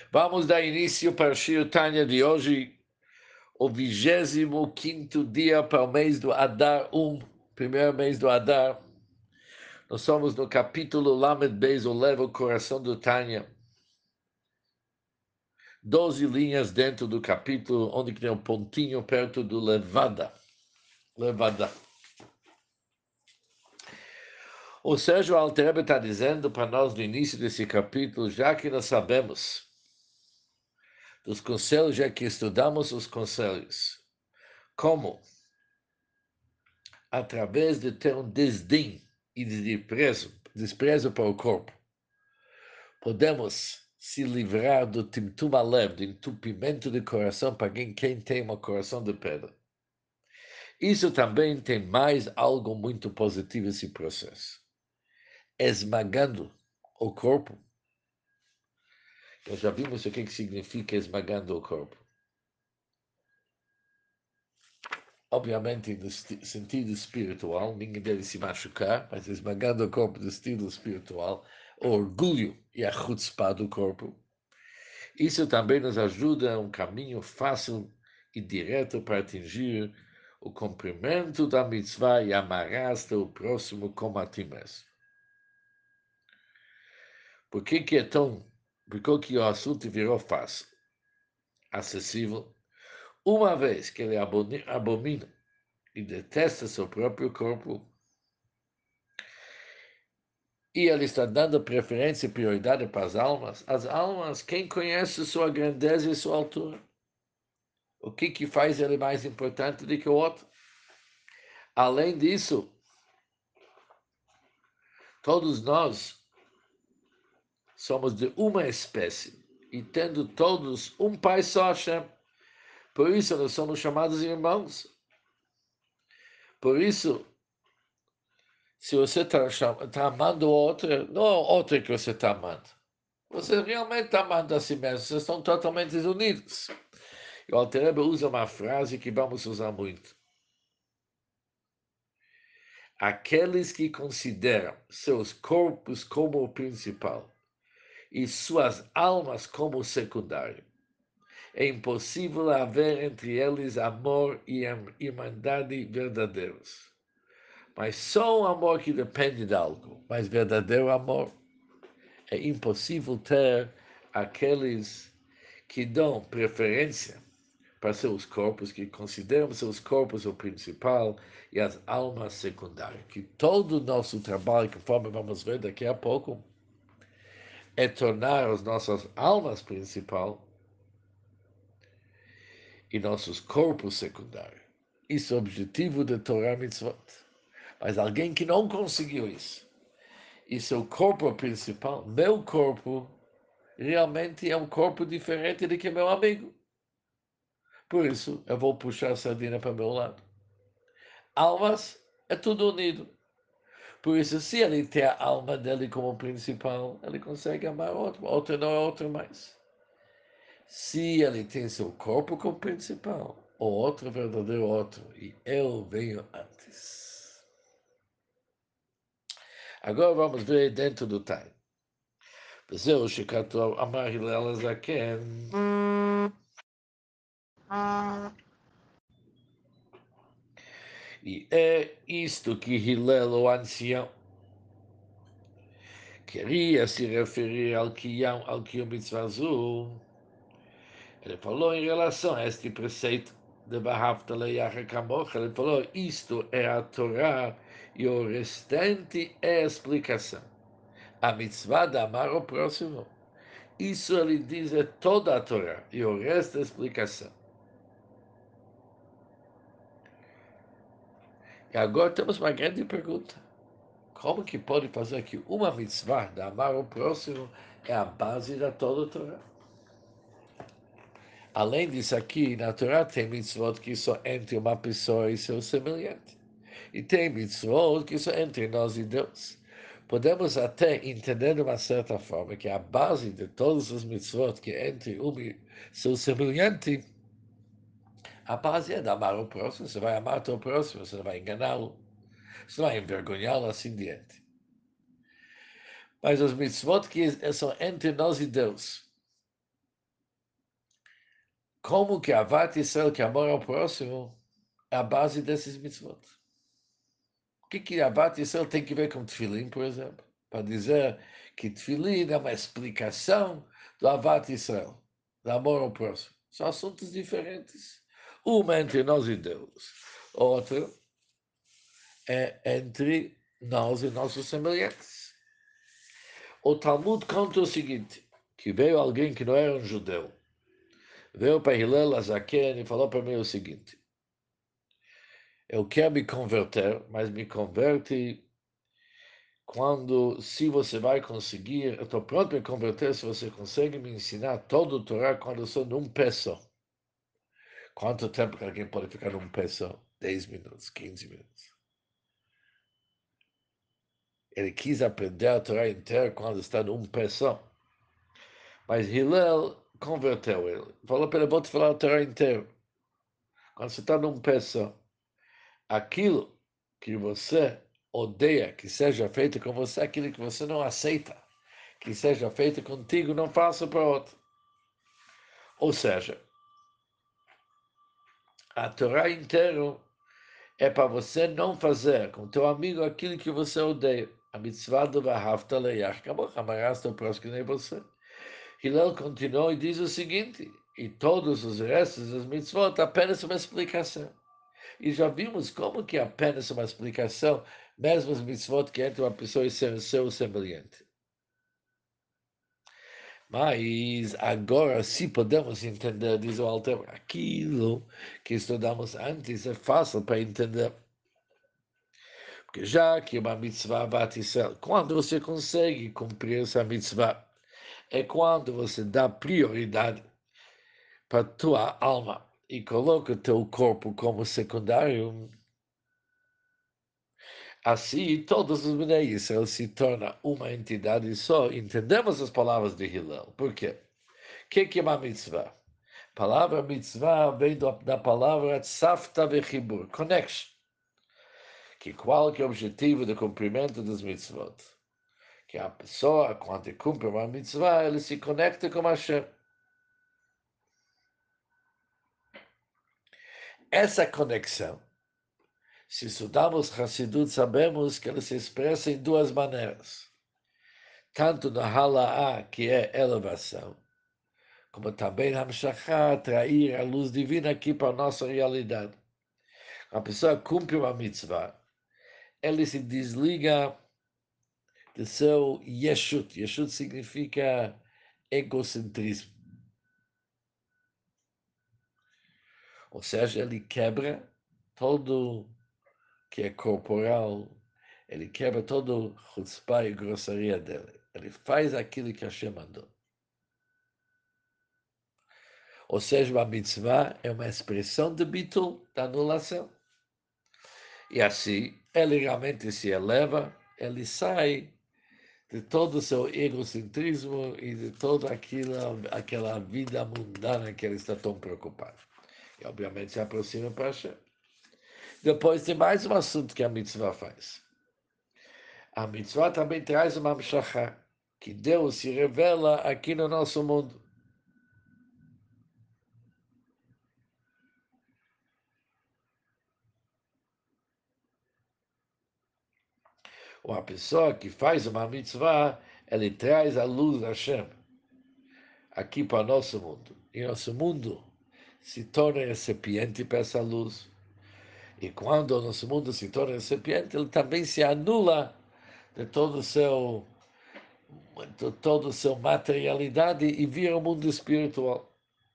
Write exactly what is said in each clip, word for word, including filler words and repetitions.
Vamos dar início para o Shir Tanya de hoje, o vigésimo quinto dia para o mês do Adar um, primeiro mês do Adar. Nós somos no capítulo Lamed Beis, o leva o coração do Tanya. Doze linhas dentro do capítulo, onde tem um pontinho perto do Levada. Levada. Ou seja, o Alter Rebbe está dizendo para nós no início desse capítulo, já que nós sabemos dos conselhos, já que estudamos os conselhos, como através de ter um desdém e de desprezo, desprezo para o corpo, podemos se livrar do timtum alev, do entupimento do coração para quem, quem tem um coração de pedra. Isso também tem mais algo muito positivo esse processo. Esmagando o corpo. Nós já vimos o que significa esmagando o corpo. Obviamente, no sentido espiritual, ninguém deve se machucar, mas esmagando o corpo no estilo espiritual, o orgulho e a chutzpah do corpo. Isso também nos ajuda a um caminho fácil e direto para atingir o cumprimento da mitzvah e amarrar-se o próximo como a ti mesmo. Por que, que é tão... Por que o assunto virou fácil, acessível? Uma vez que ele abomina e detesta seu próprio corpo, e ele está dando preferência e prioridade para as almas, as almas, quem conhece sua grandeza e sua altura? O que, que faz ele mais importante do que o outro? Além disso, todos nós somos de uma espécie e tendo todos um pai só, Hashem. Por isso nós somos chamados irmãos. Por isso, se você está tá amando o outro, não é o outro que você está amando. Você realmente está amando a si mesmo. Vocês estão totalmente unidos. E o Alter Rebbe usa uma frase que vamos usar muito. Aqueles que consideram seus corpos como o principal e suas almas como o secundário, é impossível haver entre eles amor e irmandade verdadeiros. Mas só um amor que depende de algo, mas verdadeiro amor, é impossível ter aqueles que dão preferência para seus corpos, que consideram seus corpos o principal e as almas secundárias. Que todo o nosso trabalho, conforme vamos ver daqui a pouco, é tornar as nossas almas principal e nossos corpos secundários. Isso é o objetivo da Torah Mitzvot. Mas alguém que não conseguiu isso, e seu corpo principal, meu corpo, realmente é um corpo diferente do que meu amigo. Por isso, eu vou puxar a sardinha para o meu lado. Almas é tudo unido. Por isso, se ele tem a alma dele como principal, ele consegue amar outro. Outro não é outro mais. Se ele tem seu corpo como principal, o outro verdadeiro outro, e eu venho antes. Agora vamos ver dentro do time. וזהו שכתוב, אמר הלל הזקן, e é isto que Hillel, o ancião, queria se referir ao que ao que o mitzvah azul. Ele falou em relação a este preceito de Bahavta Leyacha Kamocha, ele falou, isto é a Torá e o restante é a explicação. A mitzvah de amar o próximo, isso ele diz é toda a Torá e o resto é a explicação. E agora temos uma grande pergunta. Como que pode fazer que uma mitzvah de amar o próximo é a base da toda a Torá? Além disso aqui, na Torá tem mitzvot que só entre uma pessoa e seu semelhante. E tem mitzvot que só entre nós e Deus. Podemos até entender de uma certa forma que a base de todos os mitzvot que é entre um e seu semelhante, a base é de amar o próximo. Você vai amar o teu próximo, você não vai enganá-lo, você não vai envergonhá-lo, assim diante. Mas os mitzvot que são entre nós e Deus, como que Avat Israel, que é amor ao próximo, é a base desses mitzvot. O que que Avat Israel tem que ver com Tfilim, por exemplo? Para dizer que Tfilim é uma explicação do Avat Israel, do amor ao próximo. São assuntos diferentes. Uma entre nós e Deus, outra é entre nós e nossos semelhantes. O Talmud conta o seguinte, que veio alguém que não era um judeu, veio para Hillel Azaken e falou para mim o seguinte, eu quero me converter, mas me converte quando, se você vai conseguir, eu estou pronto para me converter, se você consegue me ensinar todo o Torá quando eu sou num pé só. Quanto tempo que alguém pode ficar num pé só? dez minutos, quinze minutos. Ele quis aprender a Torá inteira quando está num pé só. Mas Hillel converteu ele. Falou para ele, vou te falar a Torá inteira. Quando você está num pé só, aquilo que você odeia que seja feito com você, aquilo que você não aceita que seja feito contigo, não faça para outro. Ou seja, a Torá inteira é para você não fazer com teu amigo aquilo que você odeia. A mitzvah do Vahavta Le'ach Kamoch, amarás teu próximo que nem você. Hillel continua e diz o seguinte, e todos os restos das mitzvot apenas uma explicação. E já vimos como que é apenas uma explicação, mesmo as mitzvot que entre uma pessoa e seu, seu semelhante. Mas agora, se podemos entender, diz o Alter, aquilo que estudamos antes é fácil para entender. Porque já que uma mitzvah Avat Israel, quando você consegue cumprir essa mitzvah, é quando você dá prioridade para a tua alma e coloca o teu corpo como secundário. Assim, todos os Bnei Israel se tornam uma entidade só. Entendemos as palavras de Hillel. Por quê? O que, que é uma mitzvah? A palavra mitzvah vem do, da palavra tzafta vechibur, connection. Que qual que é o objetivo do cumprimento das mitzvot? Que a pessoa, quando cumpre uma mitzvah, ele se conecta com Hashem. Essa conexão, se estudamos Hassidut, sabemos que ela se expressa em duas maneiras. Tanto na Hala'ah, que é elevação, como também na Hamshachá, atrair a luz divina aqui para a nossa realidade. A pessoa cumpre uma mitzvah, ele se desliga do seu Yeshut. Yeshut significa egocentrismo. Ou seja, ele quebra todo que é corporal, ele quebra todo o chutzpah e grossaria dele. Ele faz aquilo que Hashem mandou. Ou seja, uma mitzvah é uma expressão de bitul, da anulação. E assim, ele realmente se eleva, ele sai de todo o seu egocentrismo e de toda aquela, aquela vida mundana que ele está tão preocupado. E, obviamente, se aproxima para Hashem. Depois tem mais um assunto que a mitzvah faz. A mitzvah também traz uma mshachá, que Deus se revela aqui no nosso mundo. Uma pessoa que faz uma mitzvah, ele traz a luz da Hashem aqui para o nosso mundo. E nosso mundo se torna recipiente para essa luz. E quando o nosso mundo se torna recipiente, ele também se anula de todo o seu, de todo o seu materialidade e vira o um mundo espiritual.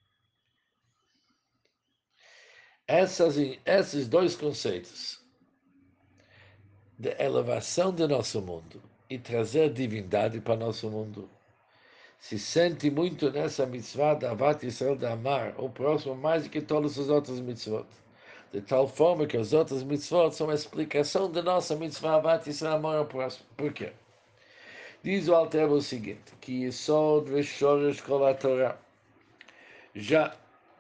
Essas, esses dois conceitos de elevação do nosso mundo e trazer divindade para o nosso mundo se sente muito nessa mitzvah da Avat Israel de amar o próximo mais do que todas as outras mitzvot. De tal forma que as outras mitzvot são a explicação da nossa mitzvah Avat Israel amar ao próximo. Por quê? Diz o Alter o seguinte, que Yesod v'Shoresh Kol HaTorah, já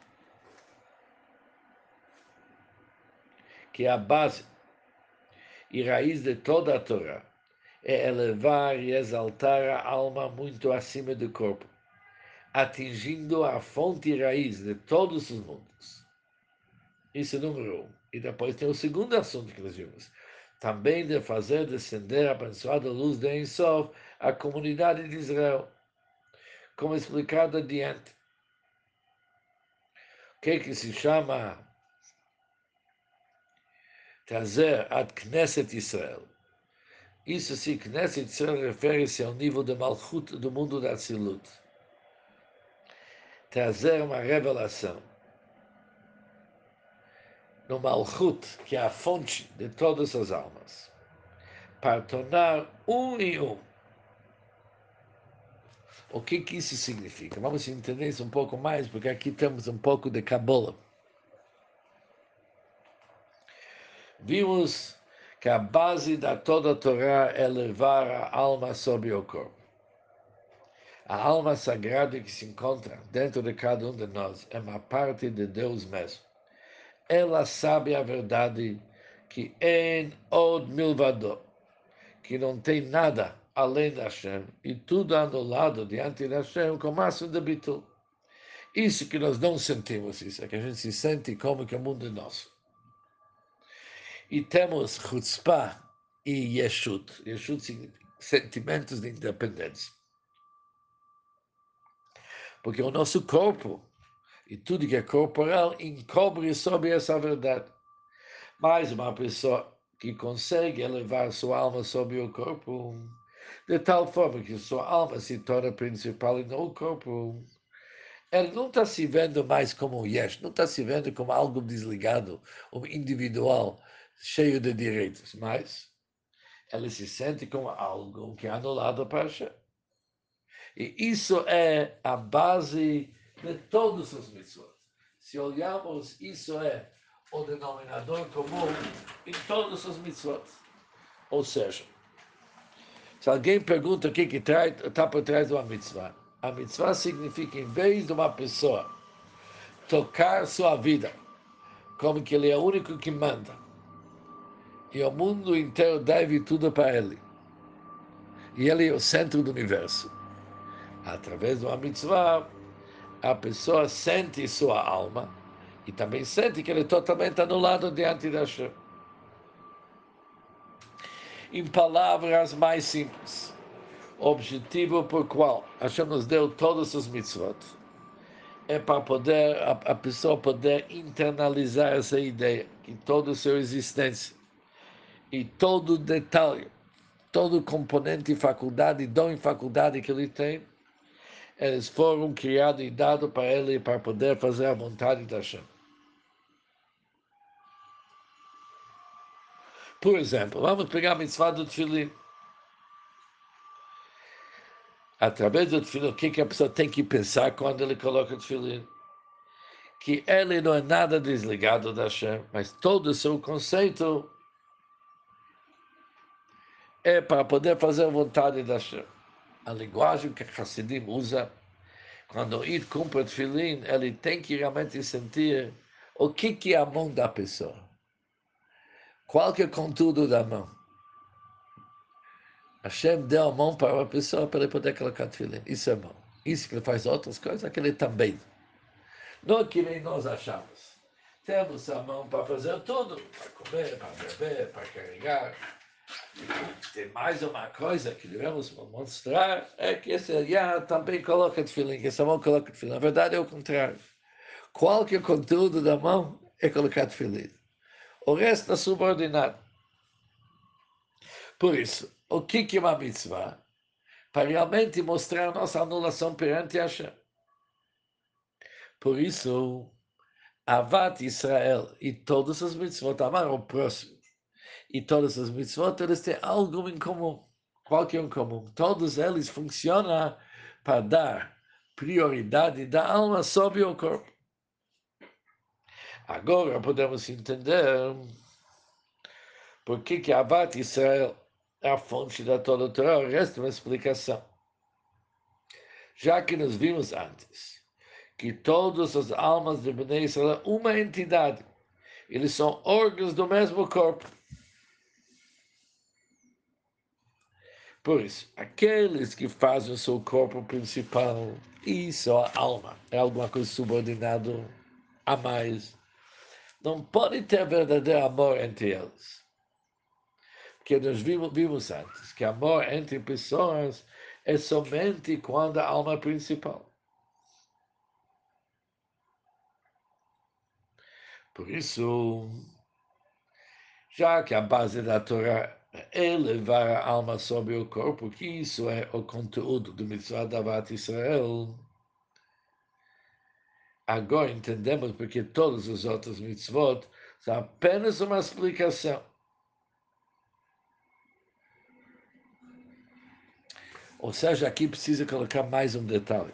que a base e raiz de toda a Torá é elevar e exaltar a alma muito acima do corpo, atingindo a fonte e raiz de todos os mundos. Isso é número um. E depois tem o segundo assunto que nós vimos. Também de fazer descender a abençoada luz de Ensof à comunidade de Israel, como explicado adiante. O que, que se chama trazer ad Knesset Israel? Isso sim, Knesset Israel refere-se ao nível de Malchut do mundo da Atzilut. Trazer uma revelação no Malchut, que é a fonte de todas as almas, para tornar um em um. O que, que isso significa? Vamos entender isso um pouco mais, porque aqui temos um pouco de Kabbalah. Vimos que a base da toda a Torá é levar a alma sobre o corpo. A alma sagrada que se encontra dentro de cada um de nós é uma parte de Deus mesmo. Ela sabe a verdade que en od milvado, que não tem nada além da Hashem, e tudo anulado diante da Hashem com máximo de bitul. Isso que nós não sentimos, isso é que a gente se sente como que o mundo é nosso. E temos chutzpah e yeshut. Yeshut significa sentimentos de independência. Porque o nosso corpo e tudo que é corporal encobre sobre essa verdade. Mas uma pessoa que consegue elevar sua alma sobre o corpo, de tal forma que sua alma se torna principal e não o corpo, ele não está se vendo mais como um yesh, não está se vendo como algo desligado, um individual, cheio de direitos, mas ele se sente como algo que é anulado para Hashem. E isso é a base de todos os mitzvot. Se olharmos, isso é o denominador comum em todos os mitzvot. Ou seja, se alguém pergunta o que está por trás de uma mitzvah, a mitzvah significa, em vez de uma pessoa tocar sua vida como que ele é o único que manda, e o mundo inteiro deve tudo para ele, e ele é o centro do universo, através de uma mitzvah, a pessoa sente sua alma e também sente que ele é totalmente anulado diante da Hashem. Em palavras mais simples, o objetivo por qual Hashem nos deu todos os mitzvot é para poder a, a pessoa poder internalizar essa ideia que toda a sua existência e todo detalhe, todo componente e faculdade, dom e faculdade que ele tem, eles foram criados e dados para ele para poder fazer a vontade da Hashem. Por exemplo, vamos pegar a mitzvah do Tfilim. Através do Tfilim, o que, que a pessoa tem que pensar quando ele coloca o Tfilim? Que ele não é nada desligado da Hashem, mas todo o seu conceito é para poder fazer a vontade da Hashem. A linguagem que Hassidim usa, quando ele cumpre o Tfilim, ele tem que realmente sentir o que, que é a mão da pessoa. Qual que é o conteúdo da mão? Hashem deu a mão para uma pessoa para ele poder colocar Tfilim. Isso é mão. Isso que ele faz outras coisas, que ele também. Não que nem nós achamos. Temos a mão para fazer tudo, para comer, para beber, para carregar. Tem mais uma coisa que devemos mostrar, é que esse Eliá também coloca Tfilim, que essa mão coloca Tfilim. Na verdade é o contrário. Qual que é o conteúdo da mão é colocar Tfilim. O resto é subordinado. Por isso, o que é uma mitzvah? Para realmente mostrar a nossa anulação perante Hashem. Por isso, Avat Israel e todas as mitzvot, amar o próximo, e todas as mitzvot, eles têm algo em comum. Qual que é em comum? Todos eles funcionam para dar prioridade da alma sobre o corpo. Agora podemos entender por que que Avat Israel é a fonte da toda a Torá. O resto é uma explicação. Já que nós vimos antes que todas as almas de Bnei Israel são uma entidade, eles são órgãos do mesmo corpo. Por isso, aqueles que fazem o seu corpo principal e só a alma é alguma coisa subordinado a mais. Não pode ter verdadeiro amor entre eles. Porque nós vimos, vimos antes que amor entre pessoas é somente quando a alma é principal. Por isso, já que a base da Torá é levar a alma sobre o corpo, que isso é o conteúdo do mitzvah da Avat Israel, agora entendemos porque todos os outros mitzvot são apenas uma explicação. Ou seja, aqui precisa colocar mais um detalhe.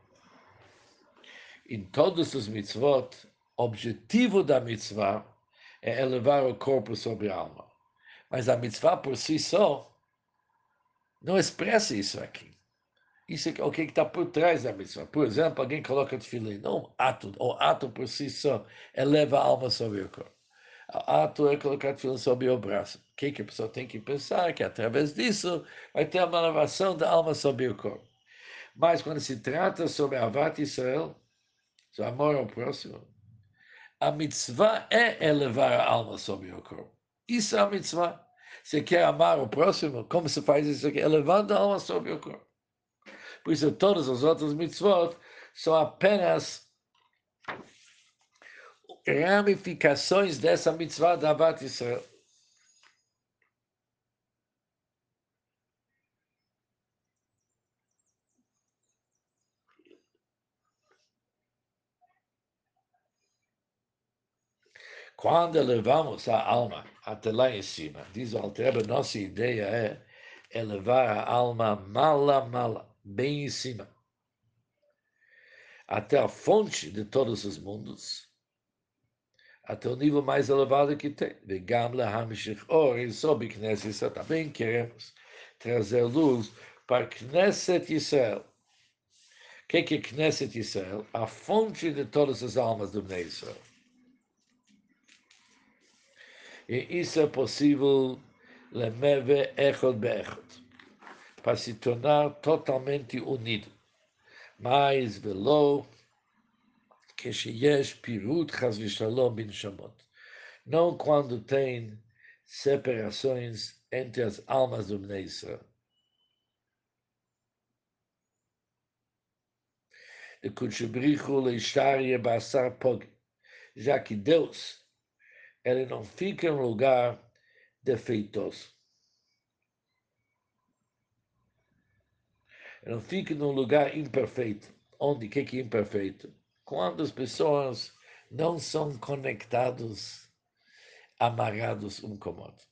Em todos os mitzvot, o objetivo da mitzvah é elevar o corpo sobre a alma. Mas a mitzvah por si só não expressa isso aqui. Isso é o que está por trás da mitzvah. Por exemplo, alguém coloca tefilim, não ato, o ato por si só eleva a alma sobre o corpo. O ato é colocar tefilim sobre o braço. O que, que a pessoa tem que pensar? Que através disso vai ter uma elevação da alma sobre o corpo. Mas quando se trata sobre Avat Israel, o amor ao próximo, a mitzvah é elevar a alma sobre o corpo. Isso é a mitzvah. Você quer amar o próximo? Como se faz isso aqui? Elevando a alma sobre o corpo. Por isso, todos os outros mitzvot são apenas ramificações dessa mitzvah da Avat Israel. Quando elevamos a alma até lá em cima, diz o Alter, nossa ideia é elevar a alma mala, mala, bem em cima, até a fonte de todos os mundos, até o nível mais elevado que tem. E sob Knesset Israel também queremos trazer luz para Knesset Israel. O que é Knesset Israel? A fonte de todas as almas do Bnei Israel. E isso é possível lemeve echod beechod, para se tornar totalmente unido. Mas velo que sheyesh pirut chas v'shalom bin shamot. Não quando tem separações entre as almas do Bnei Israel. De kutshebrichu leisharie basar pog, já que Deus ele não fica em um lugar defeitoso. Ele não fica num lugar imperfeito. Onde? O que é imperfeito? Quando as pessoas não são conectados, amarrados um com o outro.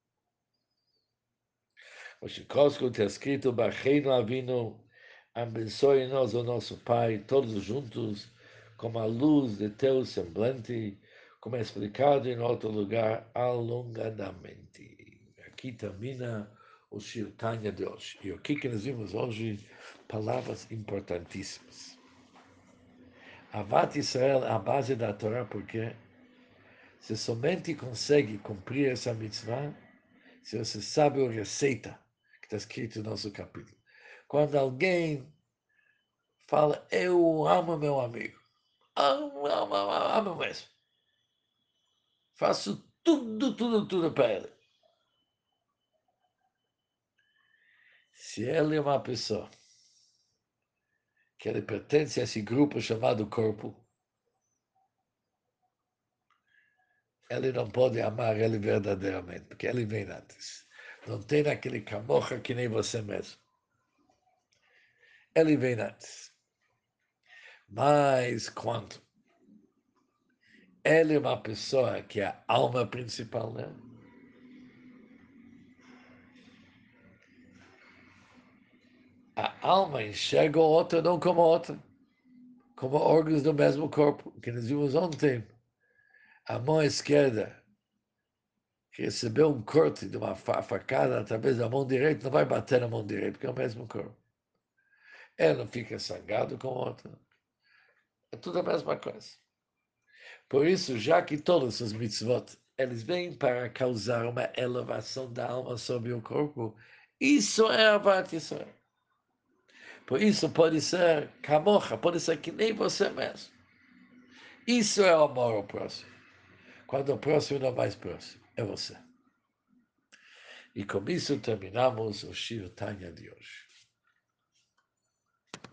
O Chicosko está escrito, Barreino Avino, abençoe-nos o nosso Pai, todos juntos, como a luz de teu semblante, como é explicado em outro lugar, alongadamente. Aqui termina o Shir Tanya de hoje. E o que, que nós vimos hoje? Palavras importantíssimas. Avat Israel é a base da Torá, porque você somente consegue cumprir essa mitzvah se você sabe a receita que está escrito no nosso capítulo. Quando alguém fala, eu amo meu amigo, amo, amo, amo, amo mesmo. Faço tudo, tudo, tudo para ele. Se ele é uma pessoa que ele pertence a esse grupo chamado corpo, ele não pode amar ele verdadeiramente, porque ele vem antes. Não tem aquele camorra que nem você mesmo. Ele vem antes. Mas quando ele é uma pessoa que é a alma principal, né? A alma enxerga o outro não como outra, como órgãos do mesmo corpo, que nós vimos ontem. A mão esquerda que recebeu um corte de uma facada através da mão direita, não vai bater na mão direita, porque é o mesmo corpo. Ela não fica sangrado com a outra. É tudo a mesma coisa. Por isso, já que todos os mitzvot, eles vêm para causar uma elevação da alma sobre o corpo, isso é a Avat Israel. Por isso pode ser camocha, pode ser que nem você mesmo. Isso é o amor ao próximo. Quando o próximo não é mais próximo, é você. E com isso terminamos o Shir Tanya de hoje.